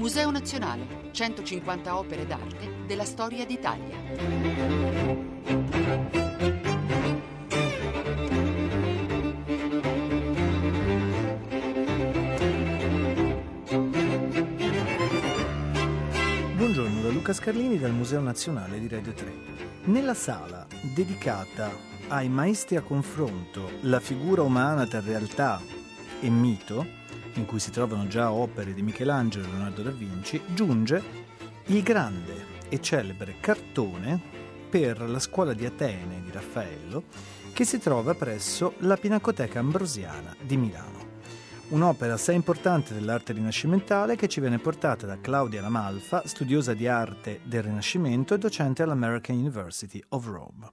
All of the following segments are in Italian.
Museo Nazionale, 150 opere d'arte della storia d'Italia. Buongiorno da Luca Scarlini dal Museo Nazionale di Radio 3. Nella sala dedicata ai maestri a confronto, la figura umana tra realtà e mito, in cui si trovano già opere di Michelangelo e Leonardo da Vinci, giunge il grande e celebre cartone per la scuola di Atene di Raffaello, che si trova presso la Pinacoteca Ambrosiana di Milano. Un'opera assai importante dell'arte rinascimentale che ci viene portata da Claudia Lamalfa, studiosa di arte del Rinascimento e docente all'American University of Rome.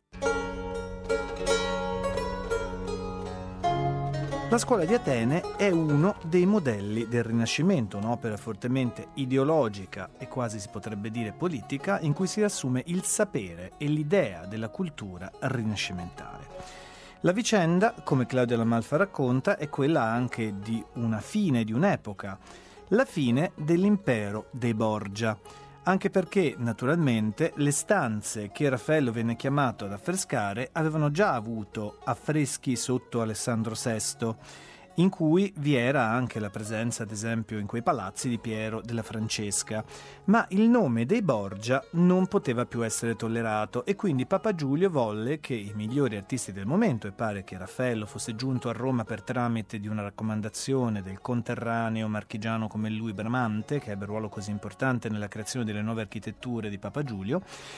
La scuola di Atene è uno dei modelli del Rinascimento, un'opera fortemente ideologica e quasi si potrebbe dire politica, in cui si riassume il sapere e l'idea della cultura rinascimentale. La vicenda, come Claudia Lamalfa racconta, è quella anche di una fine di un'epoca, la fine dell'impero dei Borgia, anche perché, naturalmente, le stanze che Raffaello venne chiamato ad affrescare avevano già avuto affreschi sotto Alessandro VI, in cui vi era anche la presenza, ad esempio, in quei palazzi di Piero della Francesca, ma il nome dei Borgia non poteva più essere tollerato e quindi Papa Giulio volle che i migliori artisti del momento, e pare che Raffaello fosse giunto a Roma per tramite di una raccomandazione del conterraneo marchigiano come lui Bramante, che ebbe un ruolo così importante nella creazione delle nuove architetture di Papa Giulio,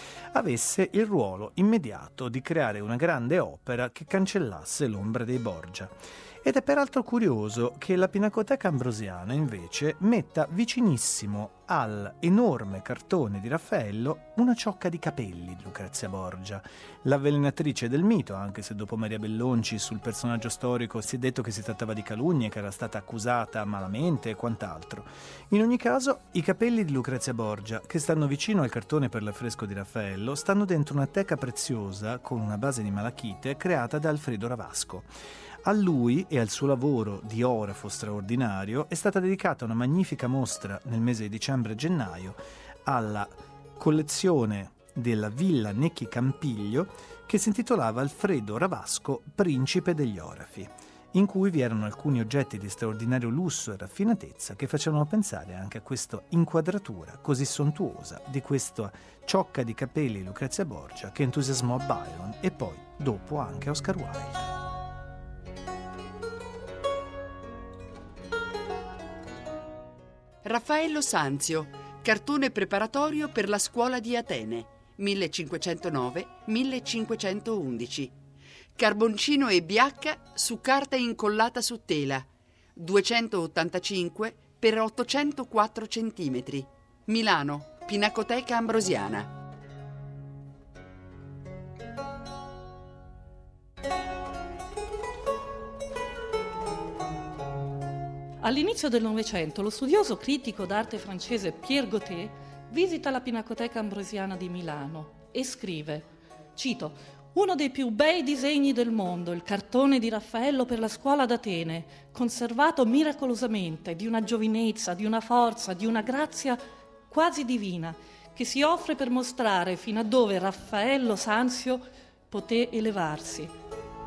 avesse il ruolo immediato di creare una grande opera che cancellasse l'ombra dei Borgia. Ed è peraltro curioso che la Pinacoteca Ambrosiana, invece, metta vicinissimo all'enorme cartone di Raffaello una ciocca di capelli di Lucrezia Borgia, l'avvelenatrice del mito, anche se dopo Maria Bellonci sul personaggio storico si è detto che si trattava di calunnie, che era stata accusata malamente e quant'altro. In ogni caso, i capelli di Lucrezia Borgia, che stanno vicino al cartone per l'affresco di Raffaello, stanno dentro una teca preziosa con una base di malachite creata da Alfredo Ravasco. A lui e al suo lavoro di orafo straordinario è stata dedicata una magnifica mostra nel mese di dicembre e gennaio alla collezione della Villa Necchi Campiglio che si intitolava Alfredo Ravasco, principe degli orafi, in cui vi erano alcuni oggetti di straordinario lusso e raffinatezza che facevano pensare anche a questa inquadratura così sontuosa di questa ciocca di capelli di Lucrezia Borgia che entusiasmò Byron e poi dopo anche Oscar Wilde. Raffaello Sanzio, cartone preparatorio per la scuola di Atene, 1509-1511. Carboncino e biacca su carta incollata su tela, 285 x 804 cm. Milano, Pinacoteca Ambrosiana. All'inizio del Novecento, lo studioso critico d'arte francese Pierre Gautier visita la Pinacoteca Ambrosiana di Milano e scrive, cito, «Uno dei più bei disegni del mondo, il cartone di Raffaello per la scuola d'Atene, conservato miracolosamente, di una giovinezza, di una forza, di una grazia quasi divina, che si offre per mostrare fino a dove Raffaello Sanzio poté elevarsi».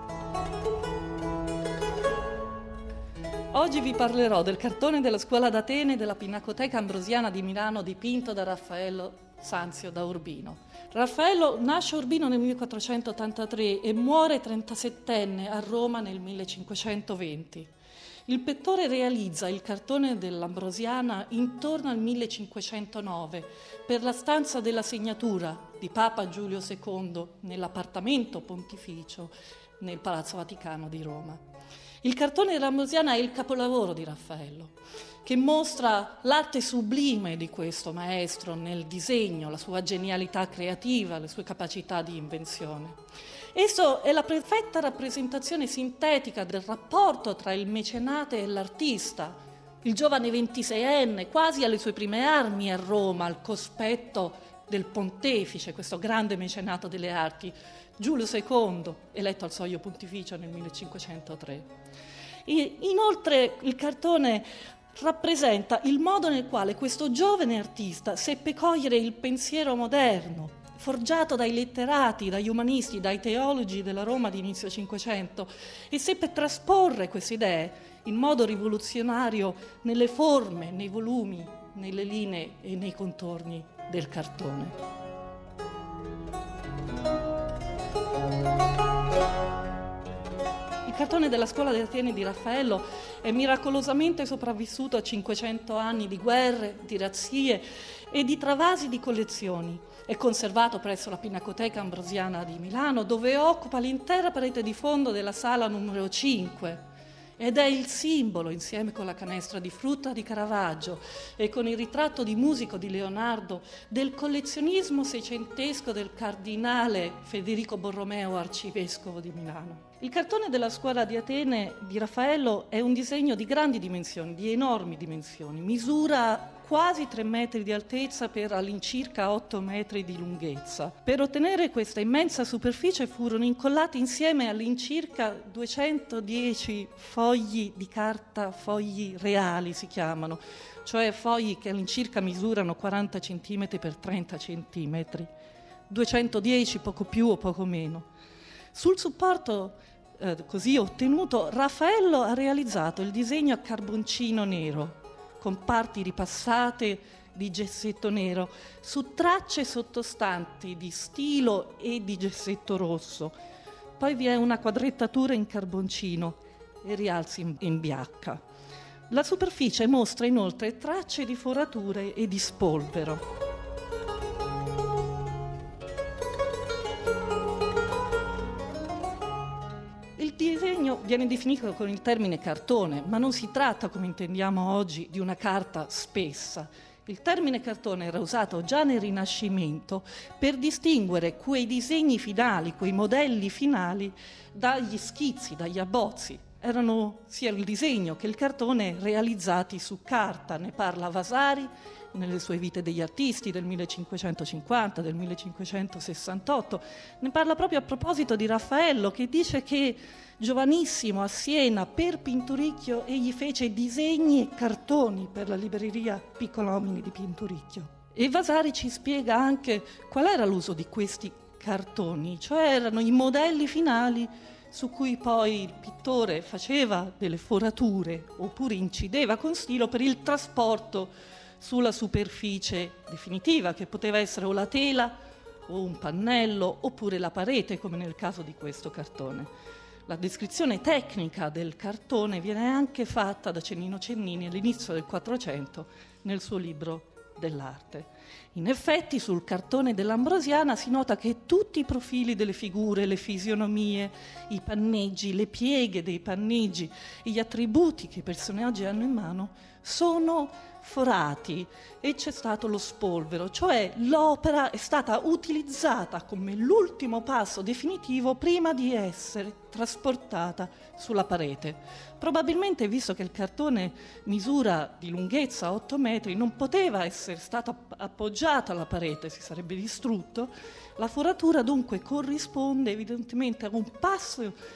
Oggi vi parlerò del cartone della scuola d'Atene della Pinacoteca Ambrosiana di Milano dipinto da Raffaello Sanzio da Urbino. Raffaello nasce a Urbino nel 1483 e muore 37enne a Roma nel 1520. Il pittore realizza il cartone dell'Ambrosiana intorno al 1509 per la stanza della segnatura di Papa Giulio II nell'appartamento pontificio nel Palazzo Vaticano di Roma. Il cartone dell'Ambrosiana è il capolavoro di Raffaello, che mostra l'arte sublime di questo maestro nel disegno, la sua genialità creativa, le sue capacità di invenzione. Esso è la perfetta rappresentazione sintetica del rapporto tra il mecenate e l'artista, il giovane 26enne, quasi alle sue prime armi a Roma, al cospetto del pontefice, questo grande mecenato delle arti, Giulio II, eletto al soglio pontificio nel 1503. Inoltre il cartone rappresenta il modo nel quale questo giovane artista seppe cogliere il pensiero moderno, forgiato dai letterati, dagli umanisti, dai teologi della Roma di inizio Cinquecento, e seppe trasporre queste idee in modo rivoluzionario nelle forme, nei volumi, nelle linee e nei contorni del cartone. Il cartone della Scuola di Atene di Raffaello è miracolosamente sopravvissuto a 500 anni di guerre, di razzie e di travasi di collezioni. È conservato presso la Pinacoteca Ambrosiana di Milano, dove occupa l'intera parete di fondo della sala numero 5. Ed è il simbolo, insieme con la canestra di frutta di Caravaggio e con il ritratto di Musico di Leonardo, del collezionismo seicentesco del cardinale Federico Borromeo, arcivescovo di Milano. Il cartone della Scuola di Atene di Raffaello è un disegno di grandi dimensioni, di enormi dimensioni. Misura quasi 3 metri di altezza per all'incirca 8 metri di lunghezza. Per ottenere questa immensa superficie furono incollati insieme all'incirca 210 fogli di carta, fogli reali si chiamano, cioè fogli che all'incirca misurano 40 cm per 30 cm, 210 poco più o poco meno. Sul supporto così ottenuto, Raffaello ha realizzato il disegno a carboncino nero, con parti ripassate di gessetto nero, su tracce sottostanti di stilo e di gessetto rosso. Poi vi è una quadrettatura in carboncino e rialzi in biacca. La superficie mostra inoltre tracce di forature e di spolvero. Il disegno viene definito con il termine cartone, ma non si tratta, come intendiamo oggi, di una carta spessa. Il termine cartone era usato già nel Rinascimento per distinguere quei disegni finali, quei modelli finali, dagli schizzi, dagli abbozzi. Erano sia il disegno che il cartone realizzati su carta. Ne parla Vasari nelle sue vite degli artisti del 1550, del 1568. Ne parla proprio a proposito di Raffaello, che dice che giovanissimo a Siena per Pinturicchio egli fece disegni e cartoni per la libreria Piccolomini di Pinturicchio. E Vasari ci spiega anche qual era l'uso di questi cartoni, cioè erano i modelli finali su cui poi il pittore faceva delle forature oppure incideva con stilo per il trasporto sulla superficie definitiva, che poteva essere o la tela o un pannello oppure la parete, come nel caso di questo cartone. La descrizione tecnica del cartone viene anche fatta da Cennino Cennini all'inizio del Quattrocento nel suo libro dell'arte. In effetti sul cartone dell'Ambrosiana si nota che tutti i profili delle figure, le fisionomie, i panneggi, le pieghe dei panneggi e gli attributi che i personaggi hanno in mano sono forati e c'è stato lo spolvero, cioè l'opera è stata utilizzata come l'ultimo passo definitivo prima di essere trasportata sulla parete. Probabilmente, visto che il cartone misura di lunghezza 8 metri, non poteva essere stato appoggiato alla parete, si sarebbe distrutto. La foratura dunque corrisponde evidentemente a un passo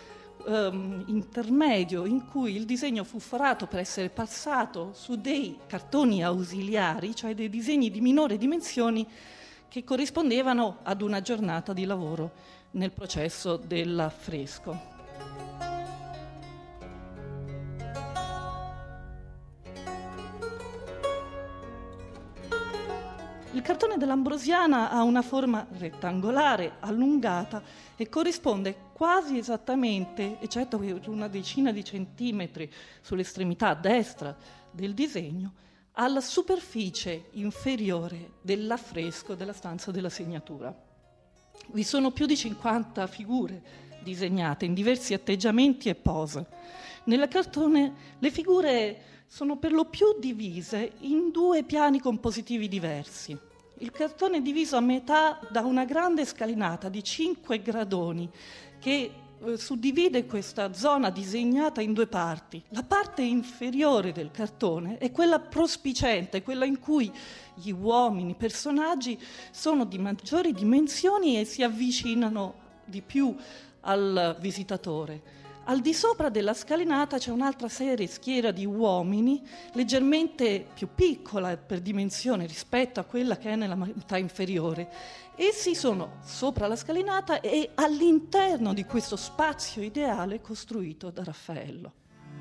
intermedio in cui il disegno fu forato per essere passato su dei cartoni ausiliari, cioè dei disegni di minore dimensioni che corrispondevano ad una giornata di lavoro nel processo dell'affresco. Il cartone dell'Ambrosiana ha una forma rettangolare, allungata e corrisponde quasi esattamente, eccetto per una decina di centimetri sull'estremità destra del disegno, alla superficie inferiore dell'affresco della stanza della segnatura. Vi sono più di 50 figure disegnate in diversi atteggiamenti e pose. Nel cartone le figure sono per lo più divise in 2 piani compositivi diversi. Il cartone è diviso a metà da una grande scalinata di 5 gradoni che suddivide questa zona disegnata in 2 parti. La parte inferiore del cartone è quella prospicente, quella in cui gli uomini, i personaggi, sono di maggiori dimensioni e si avvicinano di più al visitatore. Al di sopra della scalinata c'è un'altra schiera di uomini, leggermente più piccola per dimensione rispetto a quella che è nella metà inferiore. Essi sono sopra la scalinata e all'interno di questo spazio ideale costruito da Raffaello.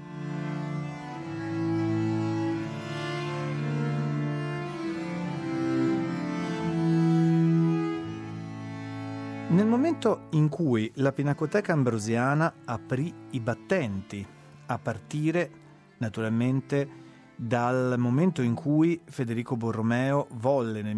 Nel momento in cui la Pinacoteca Ambrosiana aprì i battenti, a partire naturalmente dal momento in cui Federico Borromeo volle nel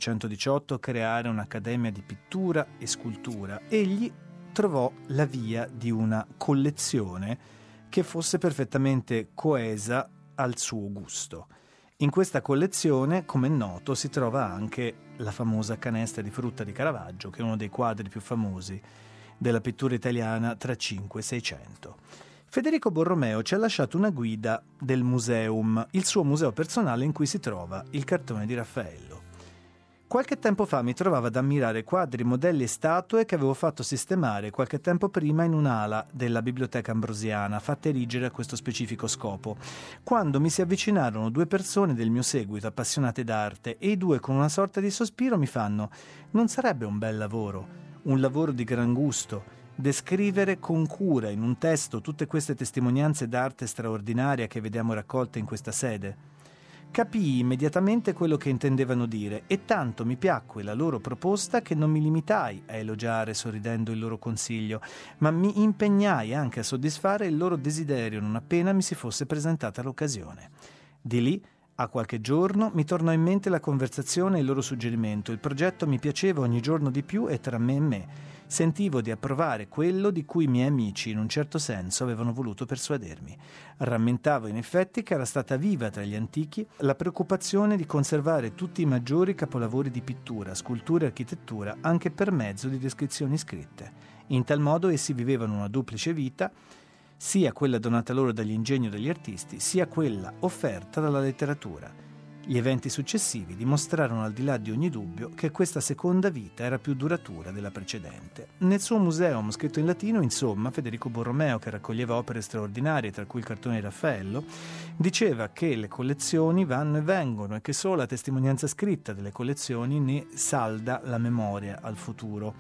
1618 creare un'accademia di pittura e scultura, egli trovò la via di una collezione che fosse perfettamente coesa al suo gusto. In questa collezione, come è noto, si trova anche la famosa Canestra di frutta di Caravaggio, che è uno dei quadri più famosi della pittura italiana tra 5 e 600. Federico Borromeo ci ha lasciato una guida del Museum, il suo museo personale in cui si trova il cartone di Raffaello. Qualche tempo fa mi trovavo ad ammirare quadri, modelli e statue che avevo fatto sistemare qualche tempo prima in un'ala della Biblioteca Ambrosiana, fatte erigere a questo specifico scopo, quando mi si avvicinarono due persone del mio seguito, appassionate d'arte, e i due con una sorta di sospiro mi fanno: «Non sarebbe un bel lavoro, un lavoro di gran gusto, descrivere con cura in un testo tutte queste testimonianze d'arte straordinaria che vediamo raccolte in questa sede?» Capii immediatamente quello che intendevano dire e tanto mi piacque la loro proposta che non mi limitai a elogiare sorridendo il loro consiglio, ma mi impegnai anche a soddisfare il loro desiderio non appena mi si fosse presentata l'occasione. Di lì a qualche giorno mi tornò in mente la conversazione e il loro suggerimento. Il progetto mi piaceva ogni giorno di più e tra me e me sentivo di approvare quello di cui i miei amici, in un certo senso, avevano voluto persuadermi. Rammentavo in effetti che era stata viva tra gli antichi la preoccupazione di conservare tutti i maggiori capolavori di pittura, scultura e architettura anche per mezzo di descrizioni scritte. In tal modo essi vivevano una duplice vita, sia quella donata loro dagli ingegni degli artisti, sia quella offerta dalla letteratura. Gli eventi successivi dimostrarono al di là di ogni dubbio che questa seconda vita era più duratura della precedente. Nel suo museum, scritto in latino, insomma, Federico Borromeo, che raccoglieva opere straordinarie, tra cui il cartone di Raffaello, diceva che le collezioni vanno e vengono e che solo la testimonianza scritta delle collezioni ne salda la memoria al futuro.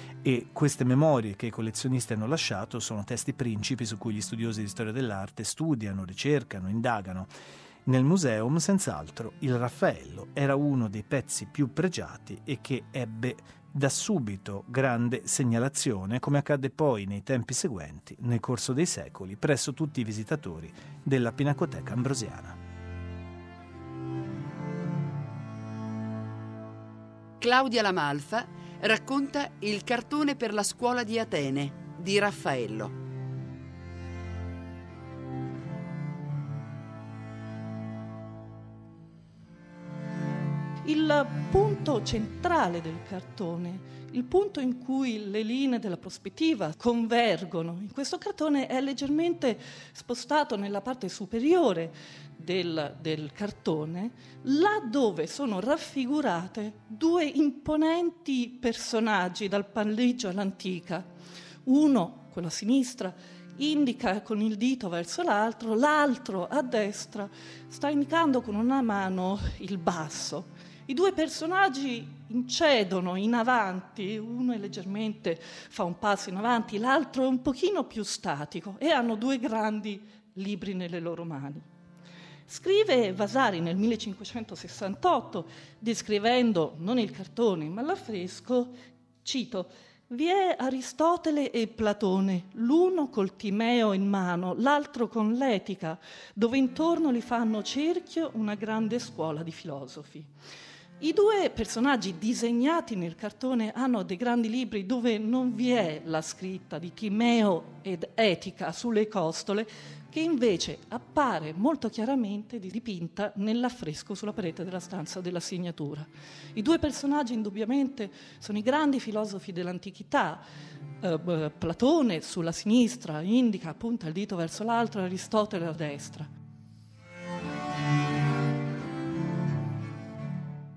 E queste memorie che i collezionisti hanno lasciato sono testi principi su cui gli studiosi di storia dell'arte studiano, ricercano, indagano. Nel museum, senz'altro, il Raffaello era uno dei pezzi più pregiati e che ebbe da subito grande segnalazione, come accadde poi nei tempi seguenti, nel corso dei secoli, presso tutti i visitatori della Pinacoteca Ambrosiana. Claudia Lamalfa racconta Il cartone per la scuola di Atene di Raffaello. Il punto centrale del cartone, il punto in cui le linee della prospettiva convergono in questo cartone è leggermente spostato nella parte superiore del cartone, là dove sono raffigurate due imponenti personaggi dal palleggio all'antica. Uno, quello a sinistra, indica con il dito verso l'altro, l'altro a destra sta indicando con una mano il basso. I due personaggi incedono in avanti, uno è leggermente fa un passo in avanti, l'altro è un pochino più statico e hanno due grandi libri nelle loro mani. Scrive Vasari nel 1568, descrivendo non il cartone ma l'affresco, cito: «Vi è Aristotele e Platone, l'uno col Timeo in mano, l'altro con l'Etica, dove intorno li fanno cerchio una grande scuola di filosofi». I due personaggi disegnati nel cartone hanno dei grandi libri dove non vi è la scritta di Timeo ed Etica sulle costole, che invece appare molto chiaramente dipinta nell'affresco sulla parete della stanza della signatura. I due personaggi indubbiamente sono i grandi filosofi dell'antichità. Platone sulla sinistra indica, punta il dito verso l'altro, Aristotele a destra.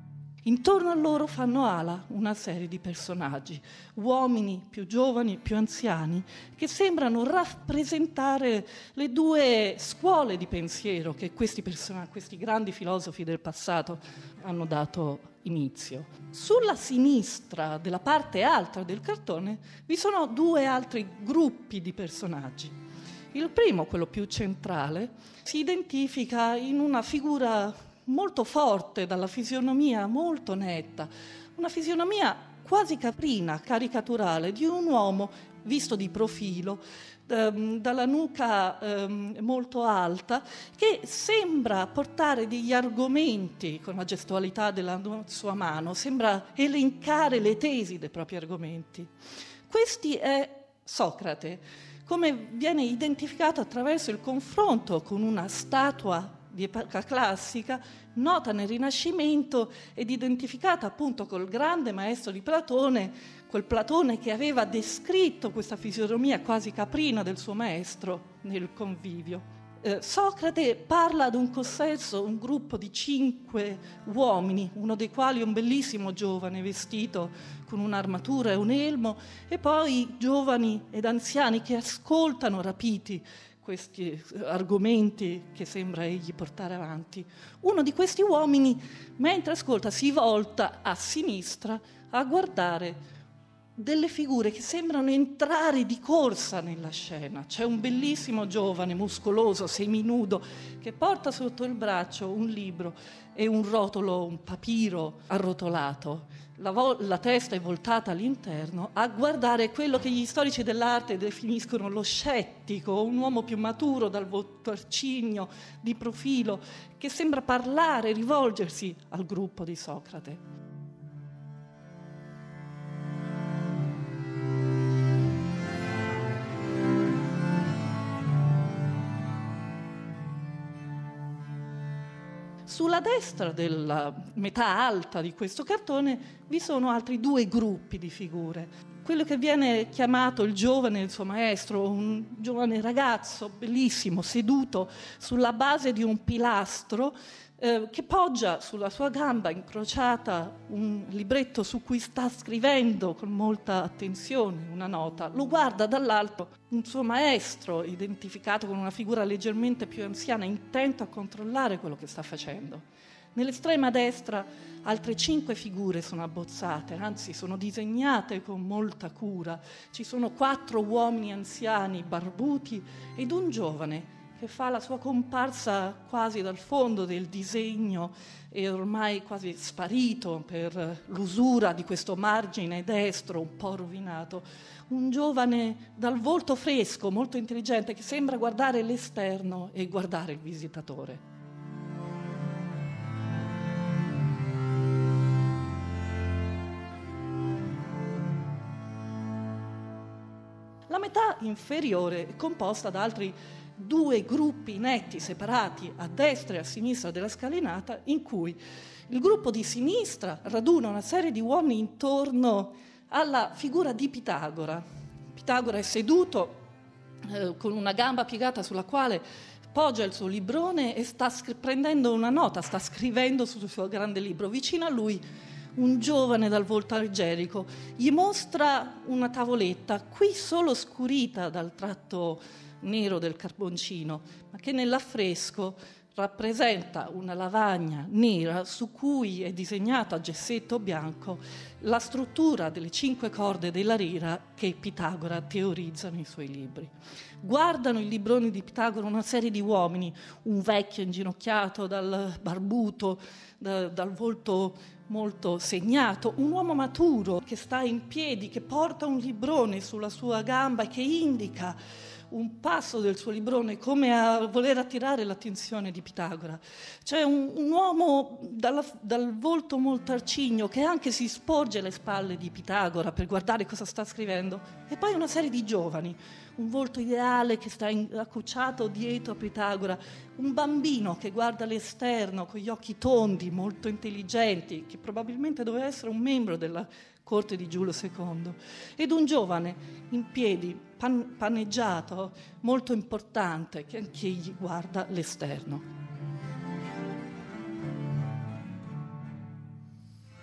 Intorno a loro fanno ala una serie di personaggi, uomini più giovani, più anziani, che sembrano rappresentare le due scuole di pensiero che questi grandi filosofi del passato hanno dato inizio. Sulla sinistra della parte alta del cartone vi sono due altri gruppi di personaggi. Il primo, quello più centrale, si identifica in una figura molto forte, dalla fisionomia molto netta, una fisionomia quasi caprina, caricaturale, di un uomo visto di profilo, dalla nuca molto alta, che sembra portare degli argomenti con la gestualità della sua mano, sembra elencare le tesi dei propri argomenti. Questi è Socrate, come viene identificato attraverso il confronto con una statua di epoca classica, nota nel Rinascimento ed identificata appunto col grande maestro di Platone, quel Platone che aveva descritto questa fisionomia quasi caprina del suo maestro nel Convivio. Socrate parla ad un consesso, un gruppo di 5 uomini, uno dei quali è un bellissimo giovane vestito con un'armatura e un elmo, e poi giovani ed anziani che ascoltano rapiti questi argomenti che sembra egli portare avanti. Uno di questi uomini, mentre ascolta, si volta a sinistra a guardare delle figure che sembrano entrare di corsa nella scena. C'è un bellissimo giovane, muscoloso, seminudo, che porta sotto il braccio un libro e un rotolo, un papiro arrotolato. La testa è voltata all'interno a guardare quello che gli storici dell'arte definiscono lo scettico, un uomo più maturo, dal volto arcigno, di profilo, che sembra parlare, rivolgersi al gruppo di Socrate. Sulla destra della metà alta di questo cartone vi sono altri 2 gruppi di figure. Quello che viene chiamato il giovane del suo maestro, un giovane ragazzo bellissimo, seduto sulla base di un pilastro, che poggia sulla sua gamba incrociata un libretto su cui sta scrivendo con molta attenzione una nota. Lo guarda dall'alto un suo maestro, identificato con una figura leggermente più anziana, intento a controllare quello che sta facendo. Nell'estrema destra altre 5 figure sono abbozzate, anzi sono disegnate con molta cura. Ci sono 4 uomini anziani barbuti ed un giovane che fa la sua comparsa quasi dal fondo del disegno, è ormai quasi sparito per l'usura di questo margine destro un po' rovinato. Un giovane dal volto fresco, molto intelligente, che sembra guardare l'esterno e guardare il visitatore. La metà inferiore è composta da altri 2 gruppi netti, separati a destra e a sinistra della scalinata, in cui il gruppo di sinistra raduna una serie di uomini intorno alla figura di Pitagora. Pitagora è seduto con una gamba piegata sulla quale poggia il suo librone e sta prendendo una nota, sta scrivendo sul suo grande libro. Vicino a lui un giovane dal volto algerico gli mostra una tavoletta, qui solo scurita dal tratto nero del carboncino, ma che nell'affresco rappresenta una lavagna nera su cui è disegnata a gessetto bianco la struttura delle 5 corde della lira che Pitagora teorizza nei suoi libri. Guardano i libroni di Pitagora una serie di uomini, un vecchio inginocchiato dal barbuto, dal volto molto segnato, un uomo maturo che sta in piedi, che porta un librone sulla sua gamba e che indica un passo del suo librone come a voler attirare l'attenzione di Pitagora. C'è un uomo dal volto molto arcigno che anche si sporge alle spalle di Pitagora per guardare cosa sta scrivendo, e poi una serie di giovani, un volto ideale che sta accucciato dietro a Pitagora, un bambino che guarda l'esterno con gli occhi tondi, molto intelligenti, che probabilmente doveva essere un membro della corte di Giulio II, ed un giovane in piedi, paneggiato, molto importante, che anch'egli guarda l'esterno.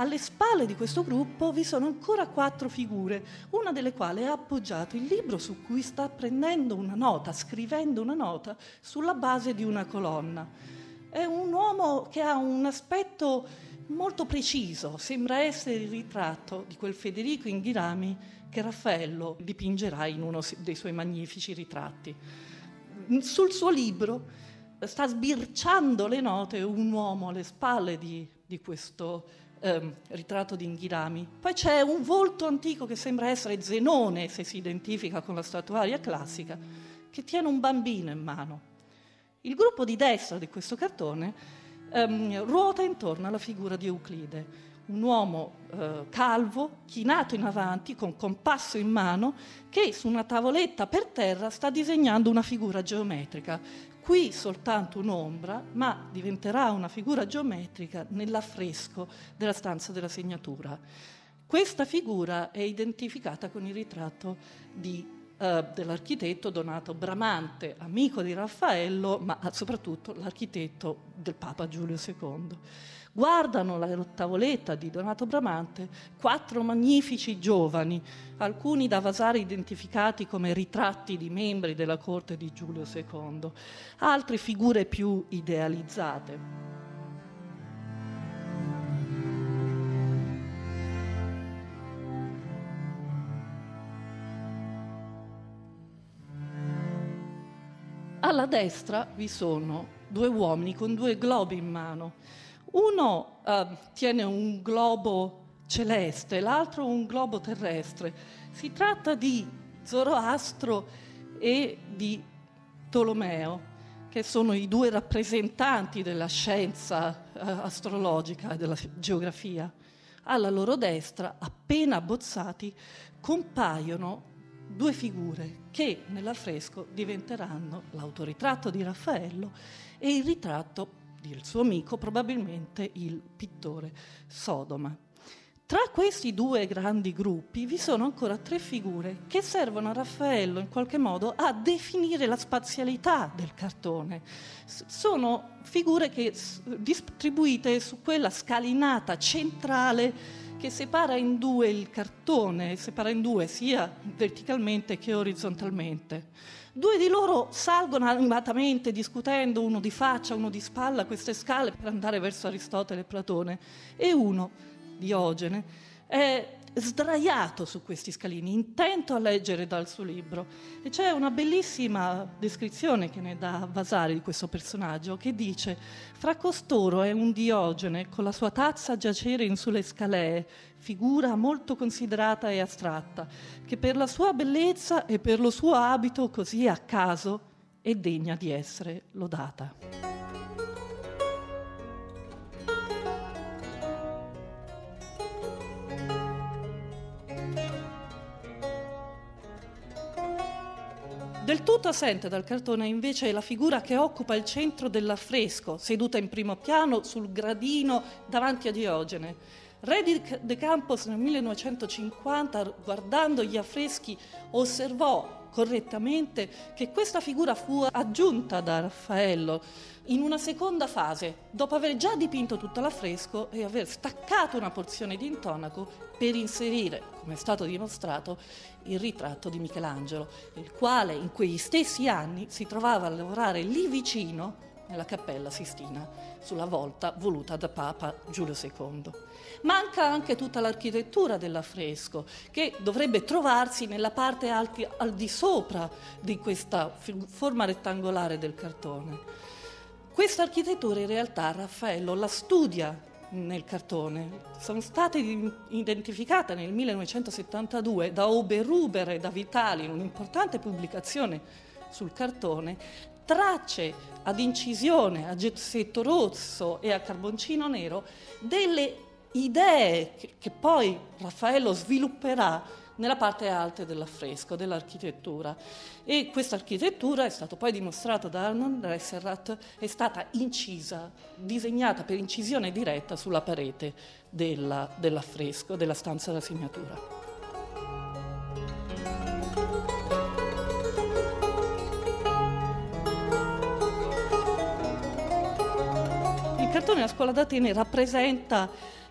alle spalle di questo gruppo vi sono ancora 4 figure, una delle quali ha appoggiato il libro su cui sta prendendo una nota, scrivendo una nota sulla base di una colonna. È un uomo che ha un aspetto molto preciso, sembra essere il ritratto di quel Federico Inghirami che Raffaello dipingerà in uno dei suoi magnifici ritratti. Sul suo libro sta sbirciando le note un uomo alle spalle di questo ritratto di Inghirami. Poi c'è un volto antico che sembra essere Zenone, se si identifica con la statuaria classica, che tiene un bambino in mano. Il gruppo di destra di questo cartone ruota intorno alla figura di Euclide, un uomo calvo, chinato in avanti, con compasso in mano, che su una tavoletta per terra sta disegnando una figura geometrica. Qui soltanto un'ombra, ma diventerà una figura geometrica nell'affresco della stanza della segnatura. Questa figura è identificata con il ritratto dell'architetto Donato Bramante, amico di Raffaello, ma soprattutto l'architetto del Papa Giulio II. Guardano la tavoletta di Donato Bramante 4 magnifici giovani, alcuni da Vasari identificati come ritratti di membri della corte di Giulio II, altre figure più idealizzate. Alla destra vi sono 2 uomini con 2 globi in mano. Uno tiene un globo celeste, l'altro un globo terrestre. Si tratta di Zoroastro e di Tolomeo, che sono i 2 rappresentanti della scienza astrologica e della geografia. Alla loro destra, appena abbozzati, compaiono 2 figure che nell'affresco diventeranno l'autoritratto di Raffaello e il ritratto del suo amico, probabilmente il pittore Sodoma. Tra questi 2 grandi gruppi vi sono ancora 3 figure che servono a Raffaello in qualche modo a definire la spazialità del cartone. Sono figure che distribuite su quella scalinata centrale che separa in 2 il cartone, separa in 2 sia verticalmente che orizzontalmente. 2 di loro salgono animatamente, discutendo, uno di faccia, uno di spalla, queste scale per andare verso Aristotele e Platone, e uno, Diogene, è sdraiato su questi scalini, intento a leggere dal suo libro. E c'è una bellissima descrizione che ne dà Vasari di questo personaggio, che dice: fra costoro è un Diogene con la sua tazza a giacere in sulle scalee, figura molto considerata e astratta, che per la sua bellezza e per lo suo abito così a caso è degna di essere lodata. Del tutto assente dal cartone invece è la figura che occupa il centro dell'affresco, seduta in primo piano sul gradino davanti a Diogene. Re de Campos nel 1950, guardando gli affreschi, osservò correttamente che questa figura fu aggiunta da Raffaello in una seconda fase, dopo aver già dipinto tutto l'affresco e aver staccato una porzione di intonaco per inserire, come è stato dimostrato, il ritratto di Michelangelo, il quale in quegli stessi anni si trovava a lavorare lì vicino nella Cappella Sistina, sulla volta voluta da Papa Giulio II. Manca anche tutta l'architettura dell'affresco, che dovrebbe trovarsi nella parte al di sopra di questa forma rettangolare del cartone. Questa architettura in realtà Raffaello la studia nel cartone. Sono state identificate nel 1972 da Oberhuber e da Vitali in un'importante pubblicazione sul cartone tracce ad incisione, a getsetto rosso e a carboncino nero delle idee che poi Raffaello svilupperà nella parte alta dell'affresco, dell'architettura. E questa architettura, è stato poi dimostrato da Arnold Resserrat, è stata incisa, disegnata per incisione diretta sulla parete dell'affresco, della stanza della segnatura. Il cartone della Scuola d'Atene rappresenta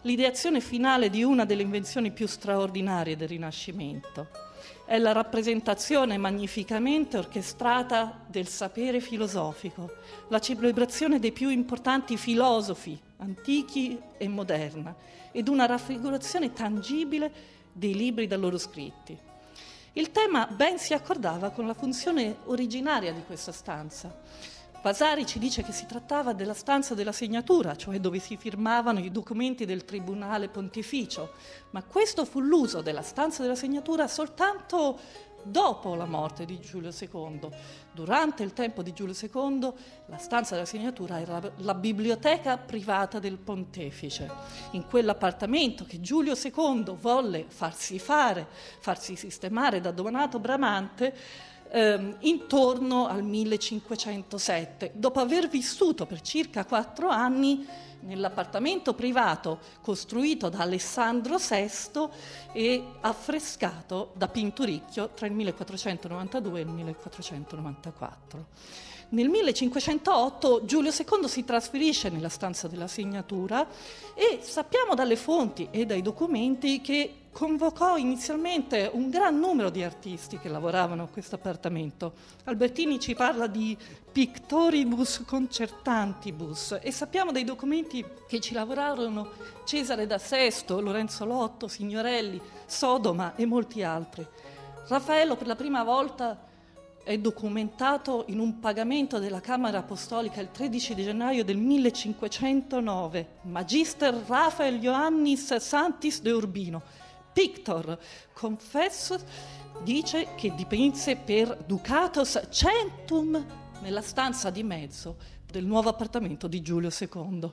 l'ideazione finale di una delle invenzioni più straordinarie del Rinascimento. È la rappresentazione magnificamente orchestrata del sapere filosofico, la celebrazione dei più importanti filosofi antichi e moderna, ed una raffigurazione tangibile dei libri da loro scritti. Il tema ben si accordava con la funzione originaria di questa stanza. Vasari ci dice che si trattava della stanza della segnatura, cioè dove si firmavano i documenti del Tribunale Pontificio, ma questo fu l'uso della stanza della segnatura soltanto dopo la morte di Giulio II. Durante il tempo di Giulio II la stanza della segnatura era la biblioteca privata del pontefice. In quell'appartamento che Giulio II volle farsi sistemare da Donato Bramante intorno al 1507, dopo aver vissuto per circa 4 anni nell'appartamento privato costruito da Alessandro VI e affrescato da Pinturicchio tra il 1492 e il 1494. Nel 1508 Giulio II si trasferisce nella stanza della segnatura e sappiamo dalle fonti e dai documenti che convocò inizialmente un gran numero di artisti che lavoravano a questo appartamento. Albertini ci parla di pictoribus concertantibus e sappiamo dai documenti che ci lavorarono Cesare da Sesto, Lorenzo Lotto, Signorelli, Sodoma e molti altri. Raffaello per la prima volta è documentato in un pagamento della Camera Apostolica il 13 di gennaio del 1509, Magister Raphael Ioannis Sanctis de Urbino, Pictor, confesso, dice che dipinse per ducatos centum nella stanza di mezzo del nuovo appartamento di Giulio II.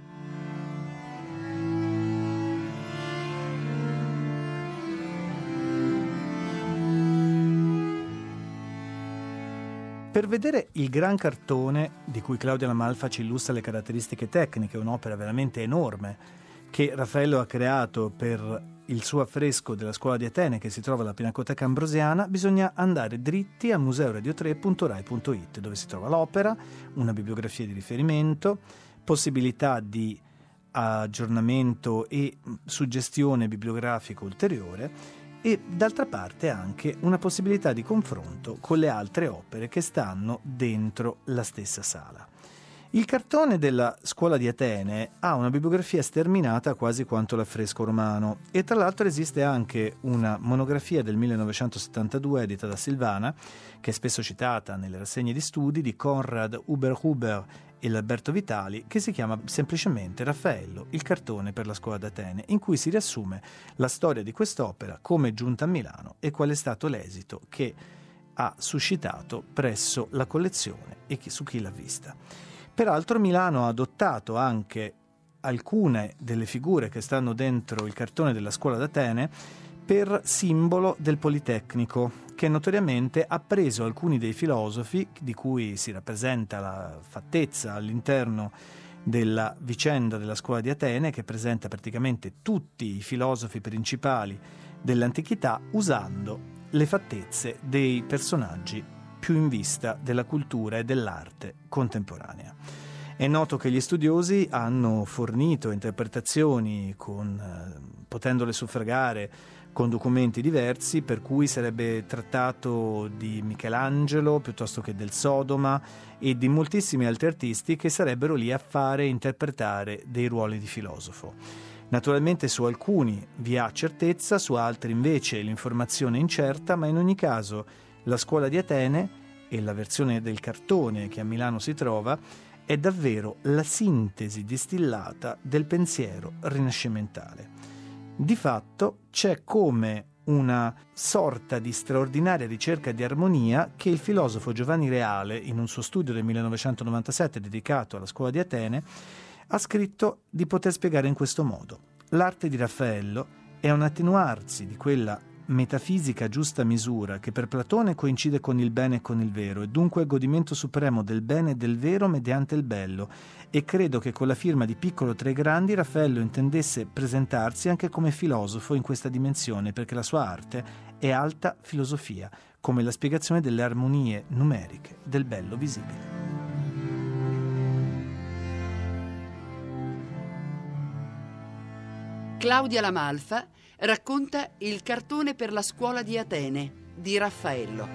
Per vedere il gran cartone di cui Claudia Lamalfa ci illustra le caratteristiche tecniche, un'opera veramente enorme che Raffaello ha creato per il suo affresco della Scuola di Atene che si trova alla Pinacoteca Ambrosiana, bisogna andare dritti a museoradio3.rai.it, dove si trova l'opera, una bibliografia di riferimento, possibilità di aggiornamento e suggestione bibliografica ulteriore, e d'altra parte anche una possibilità di confronto con le altre opere che stanno dentro la stessa sala. Il cartone della Scuola di Atene ha una bibliografia sterminata quasi quanto l'affresco romano e tra l'altro esiste anche una monografia del 1972 edita da Silvana, che è spesso citata nelle rassegne di studi, di Konrad Huber e Alberto Vitali, che si chiama semplicemente Raffaello, il cartone per la Scuola d'Atene, in cui si riassume la storia di quest'opera, come è giunta a Milano e qual è stato l'esito che ha suscitato presso la collezione e su chi l'ha vista. Peraltro Milano ha adottato anche alcune delle figure che stanno dentro il cartone della Scuola d'Atene per simbolo del Politecnico, che notoriamente ha preso alcuni dei filosofi di cui si rappresenta la fattezza all'interno della vicenda della Scuola di Atene, che presenta praticamente tutti i filosofi principali dell'antichità usando le fattezze dei personaggi più in vista della cultura e dell'arte contemporanea. È noto che gli studiosi hanno fornito interpretazioni potendole suffragare con documenti diversi, per cui sarebbe trattato di Michelangelo piuttosto che del Sodoma e di moltissimi altri artisti che sarebbero lì a fare interpretare dei ruoli di filosofo. Naturalmente su alcuni vi ha certezza, su altri invece l'informazione è incerta, ma in ogni caso la Scuola di Atene e la versione del cartone che a Milano si trova è davvero la sintesi distillata del pensiero rinascimentale. Di fatto c'è come una sorta di straordinaria ricerca di armonia che il filosofo Giovanni Reale, in un suo studio del 1997 dedicato alla Scuola di Atene, ha scritto di poter spiegare in questo modo. L'arte di Raffaello è un attenuarsi di quella metafisica giusta misura che per Platone coincide con il bene e con il vero, e dunque il godimento supremo del bene e del vero mediante il bello, e credo che con la firma di Piccolo tra i grandi Raffaello intendesse presentarsi anche come filosofo in questa dimensione, perché la sua arte è alta filosofia, come la spiegazione delle armonie numeriche del bello visibile. Claudia Lamalfa racconta Il cartone per la scuola di Atene di Raffaello.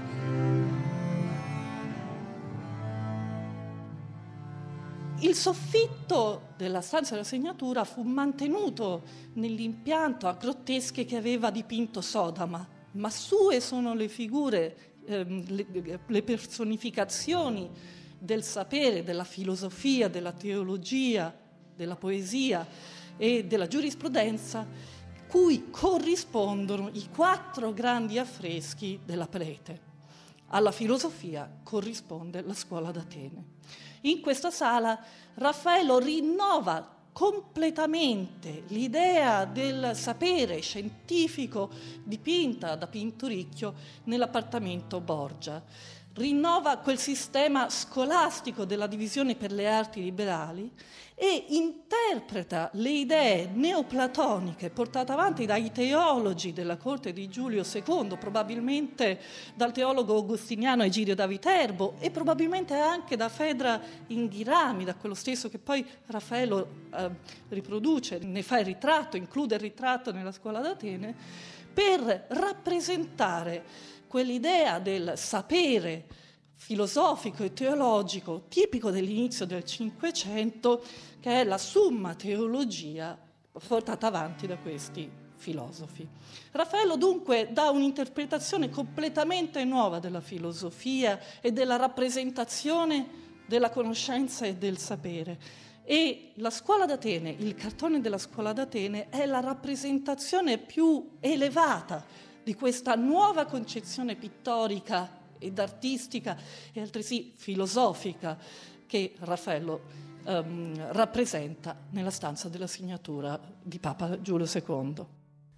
Il soffitto della stanza della segnatura fu mantenuto nell'impianto a grottesche che aveva dipinto Sodama, ma sue sono le figure, le personificazioni del sapere, della filosofia, della teologia, della poesia e della giurisprudenza, cui corrispondono i 4 grandi affreschi della Parete. Alla filosofia corrisponde la scuola d'Atene. In questa sala Raffaello rinnova completamente l'idea del sapere scientifico dipinta da Pinturicchio nell'appartamento Borgia. Rinnova quel sistema scolastico della divisione per le arti liberali e interpreta le idee neoplatoniche portate avanti dai teologi della corte di Giulio II, probabilmente dal teologo agostiniano Egidio da Viterbo e probabilmente anche da Fedra Inghirami, da quello stesso che poi Raffaello riproduce, ne fa il ritratto, include il ritratto nella scuola d'Atene, per rappresentare quell'idea del sapere filosofico e teologico tipico dell'inizio del Cinquecento, che è la summa teologia portata avanti da questi filosofi. Raffaello dunque dà un'interpretazione completamente nuova della filosofia e della rappresentazione della conoscenza e del sapere. E la scuola d'Atene, il cartone della scuola d'Atene, è la rappresentazione più elevata di questa nuova concezione pittorica ed artistica e altresì filosofica che Raffaello rappresenta nella stanza della segnatura di Papa Giulio II.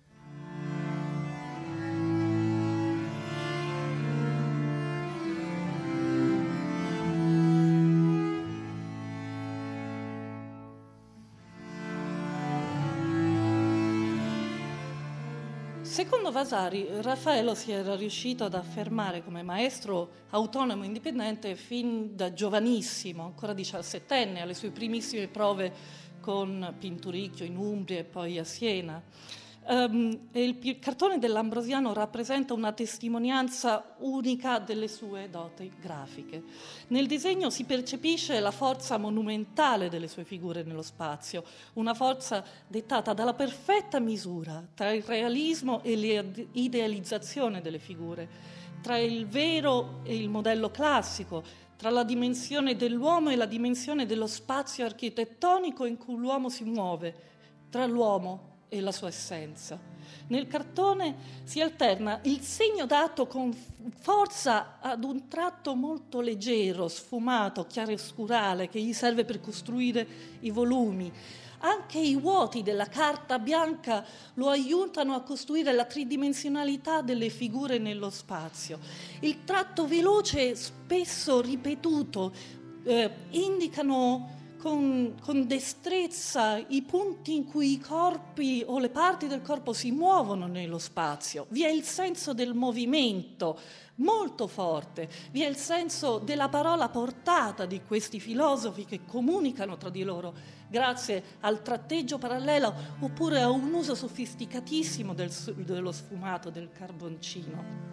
Secondo Vasari, Raffaello si era riuscito ad affermare come maestro autonomo e indipendente fin da giovanissimo, ancora 17enne, alle sue primissime prove con Pinturicchio in Umbria e poi a Siena. Il cartone dell'Ambrosiano rappresenta una testimonianza unica delle sue doti grafiche. Nel disegno si percepisce la forza monumentale delle sue figure nello spazio, una forza dettata dalla perfetta misura tra il realismo e l'idealizzazione delle figure, tra il vero e il modello classico, tra la dimensione dell'uomo e la dimensione dello spazio architettonico in cui l'uomo si muove, tra l'uomo e la sua essenza. Nel cartone si alterna il segno dato con forza ad un tratto molto leggero, sfumato, chiaroscurale, che gli serve per costruire i volumi. Anche i vuoti della carta bianca lo aiutano a costruire la tridimensionalità delle figure nello spazio. Il tratto veloce, spesso ripetuto, indicano con destrezza i punti in cui i corpi o le parti del corpo si muovono nello spazio. Vi è il senso del movimento molto forte, vi è il senso della parola portata di questi filosofi che comunicano tra di loro grazie al tratteggio parallelo oppure a un uso sofisticatissimo dello sfumato, del carboncino.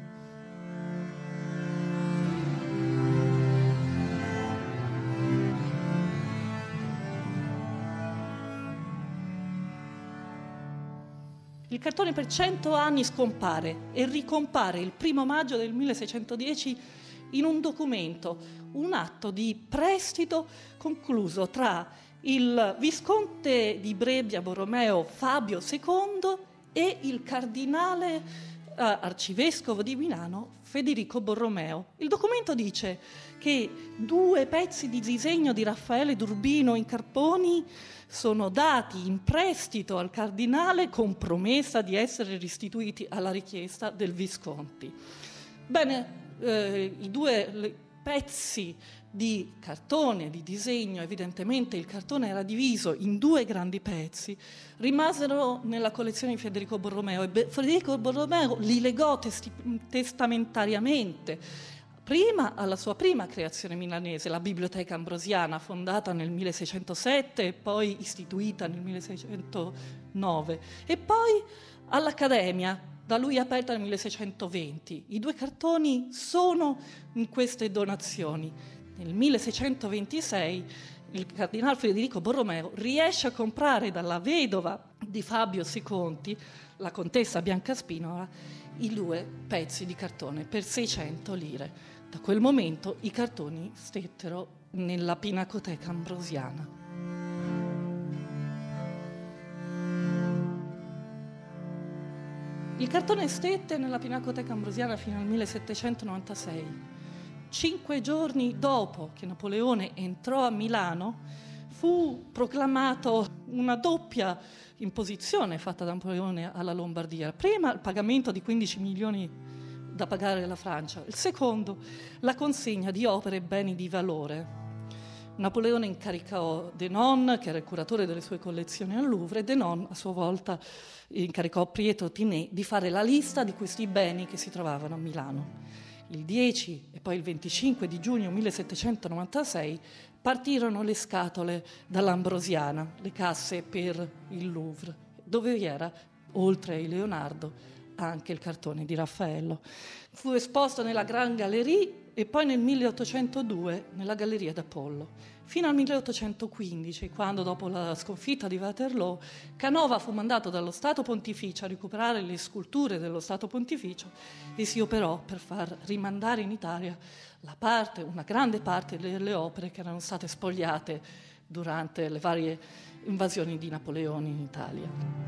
Il cartone per 100 anni scompare e ricompare il 1 maggio del 1610 in un documento, un atto di prestito concluso tra il visconte di Brebbia Borromeo Fabio II e il cardinale arcivescovo di Milano Federico Borromeo. Il documento dice che 2 pezzi di disegno di Raffaele d'Urbino in carponi sono dati in prestito al cardinale con promessa di essere restituiti alla richiesta del Visconti. Bene, i 2 pezzi di cartone, di disegno, evidentemente il cartone era diviso in 2 grandi pezzi, rimasero nella collezione di Federico Borromeo e Federico Borromeo li legò testamentariamente prima alla sua prima creazione milanese, la Biblioteca Ambrosiana, fondata nel 1607 e poi istituita nel 1609, e poi all'Accademia, da lui aperta nel 1620. I 2 cartoni sono in queste donazioni. Nel 1626 il cardinale Federico Borromeo riesce a comprare dalla vedova di Fabio Seconti, la contessa Biancaspinola, i 2 pezzi di cartone per 600 lire. Da quel momento i cartoni stettero nella Pinacoteca Ambrosiana. Il cartone stette nella Pinacoteca Ambrosiana fino al 1796. 5 giorni dopo che Napoleone entrò a Milano, fu proclamato una doppia imposizione fatta da Napoleone alla Lombardia. Prima il pagamento di 15 milioni da pagare alla Francia, il secondo la consegna di opere e beni di valore. Napoleone incaricò Denon, che era il curatore delle sue collezioni al Louvre, e Denon a sua volta incaricò Pietro Tinè di fare la lista di questi beni che si trovavano a Milano. Il 10 e poi il 25 di giugno 1796 partirono le scatole dall'Ambrosiana, le casse per il Louvre, dove vi era, oltre ai Leonardo, anche il cartone di Raffaello. Fu esposto nella Grande Galerie e poi nel 1802 nella Galleria d'Apollo, fino al 1815, quando dopo la sconfitta di Waterloo Canova fu mandato dallo Stato Pontificio a recuperare le sculture dello Stato Pontificio e si operò per far rimandare in Italia una grande parte delle opere che erano state spogliate durante le varie invasioni di Napoleone in Italia.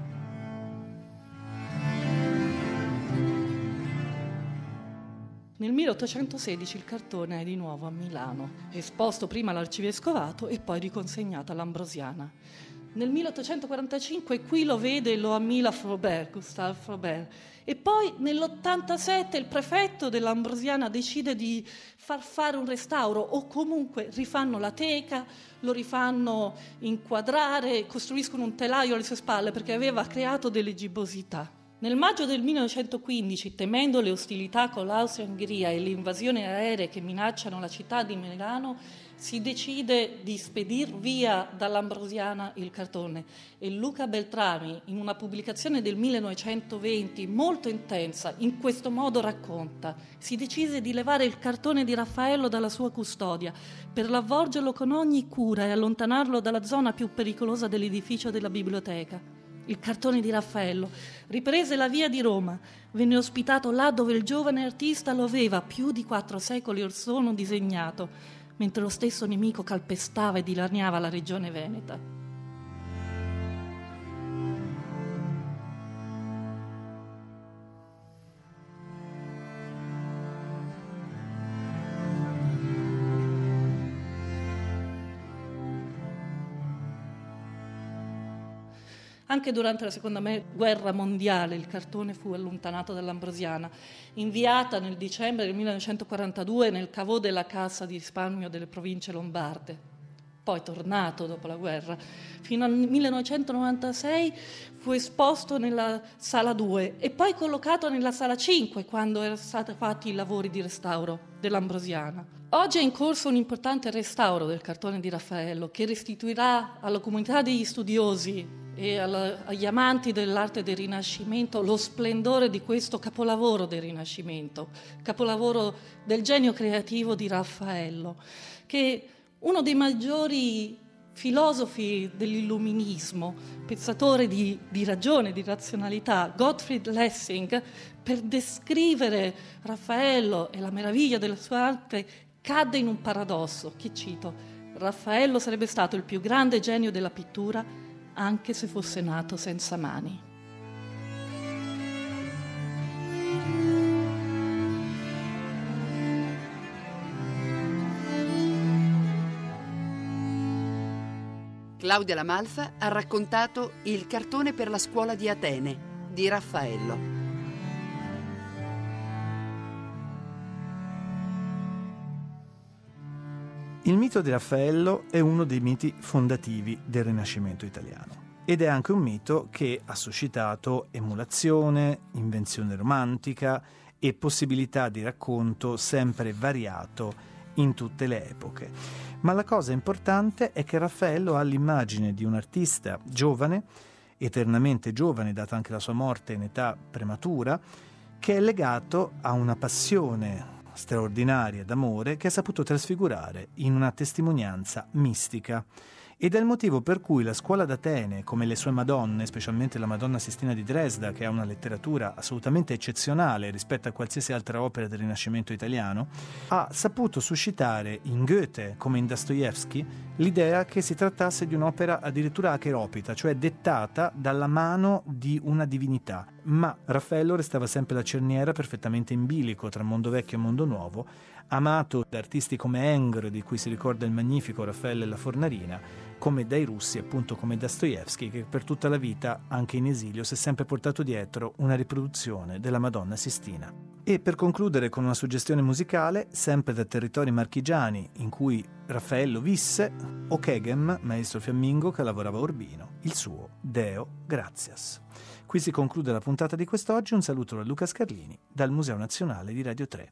Nel 1816 il cartone è di nuovo a Milano, esposto prima all'Arcivescovato e poi riconsegnato all'Ambrosiana. Nel 1845 qui lo vede e lo ammira Gustave Flaubert, e poi nell'87 il prefetto dell'Ambrosiana decide di far fare un restauro, o comunque rifanno la teca, lo rifanno inquadrare, costruiscono un telaio alle sue spalle perché aveva creato delle gibbosità. Nel maggio del 1915, temendo le ostilità con l'Austria-Ungheria e le invasioni aeree che minacciano la città di Milano, si decide di spedir via dall'Ambrosiana il cartone, e Luca Beltrami, in una pubblicazione del 1920 molto intensa, in questo modo racconta: si decise di levare il cartone di Raffaello dalla sua custodia per avvolgerlo con ogni cura e allontanarlo dalla zona più pericolosa dell'edificio della biblioteca. Il cartone di Raffaello riprese la via di Roma, venne ospitato là dove il giovane artista lo aveva più di 4 secoli or sono disegnato, mentre lo stesso nemico calpestava e dilaniava la regione veneta. Anche durante la Seconda Guerra Mondiale il cartone fu allontanato dall'Ambrosiana, inviata nel dicembre del 1942 nel caveau della Cassa di risparmio delle province lombarde, poi tornato dopo la guerra. Fino al 1996 fu esposto nella Sala 2 e poi collocato nella Sala 5 quando erano stati fatti i lavori di restauro dell'Ambrosiana. Oggi è in corso un importante restauro del cartone di Raffaello che restituirà alla comunità degli studiosi e agli amanti dell'arte del Rinascimento lo splendore di questo capolavoro del Rinascimento, capolavoro del genio creativo di Raffaello, che uno dei maggiori filosofi dell'illuminismo, pensatore di ragione, di razionalità, Gottfried Lessing, per descrivere Raffaello e la meraviglia della sua arte, cadde in un paradosso, che cito: Raffaello sarebbe stato il più grande genio della pittura anche se fosse nato senza mani. Claudia Lamalfa ha raccontato Il cartone per la scuola di Atene di Raffaello. Il mito di Raffaello è uno dei miti fondativi del Rinascimento italiano ed è anche un mito che ha suscitato emulazione, invenzione romantica e possibilità di racconto sempre variato in tutte le epoche. Ma la cosa importante è che Raffaello ha l'immagine di un artista giovane, eternamente giovane, data anche la sua morte in età prematura, che è legato a una passione straordinaria d'amore che ha saputo trasfigurare in una testimonianza mistica. Ed è il motivo per cui la scuola d'Atene, come le sue Madonne, specialmente la Madonna Sistina di Dresda, che ha una letteratura assolutamente eccezionale rispetto a qualsiasi altra opera del Rinascimento italiano, ha saputo suscitare in Goethe, come in Dostoevsky, l'idea che si trattasse di un'opera addirittura acheropita, cioè dettata dalla mano di una divinità. Ma Raffaello restava sempre la cerniera perfettamente in bilico tra mondo vecchio e mondo nuovo, amato da artisti come Ingres, di cui si ricorda il magnifico Raffaello e la Fornarina, come dai russi, appunto come Dostoevsky, che per tutta la vita, anche in esilio, si è sempre portato dietro una riproduzione della Madonna Sistina. E per concludere con una suggestione musicale, sempre da territori marchigiani in cui Raffaello visse, Ockeghem, maestro fiammingo che lavorava a Urbino, il suo Deo Gratias. Qui si conclude la puntata di quest'oggi. Un saluto da Luca Scarlini dal Museo Nazionale di Radio 3.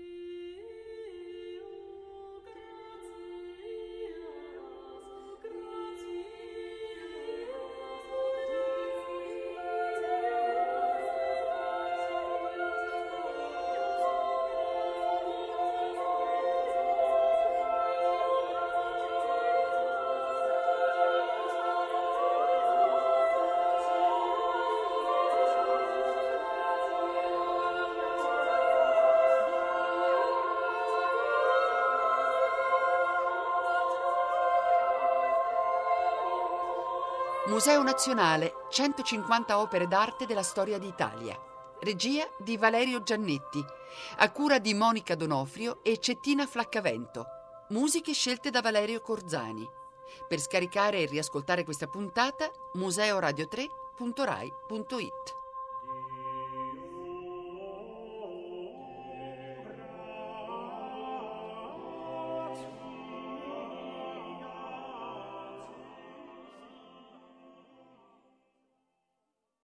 Museo Nazionale, 150 opere d'arte della storia d'Italia. Regia di Valerio Giannetti, a cura di Monica Donofrio e Cettina Flaccavento. Musiche scelte da Valerio Corzani. Per scaricare e riascoltare questa puntata, museoradio3.rai.it.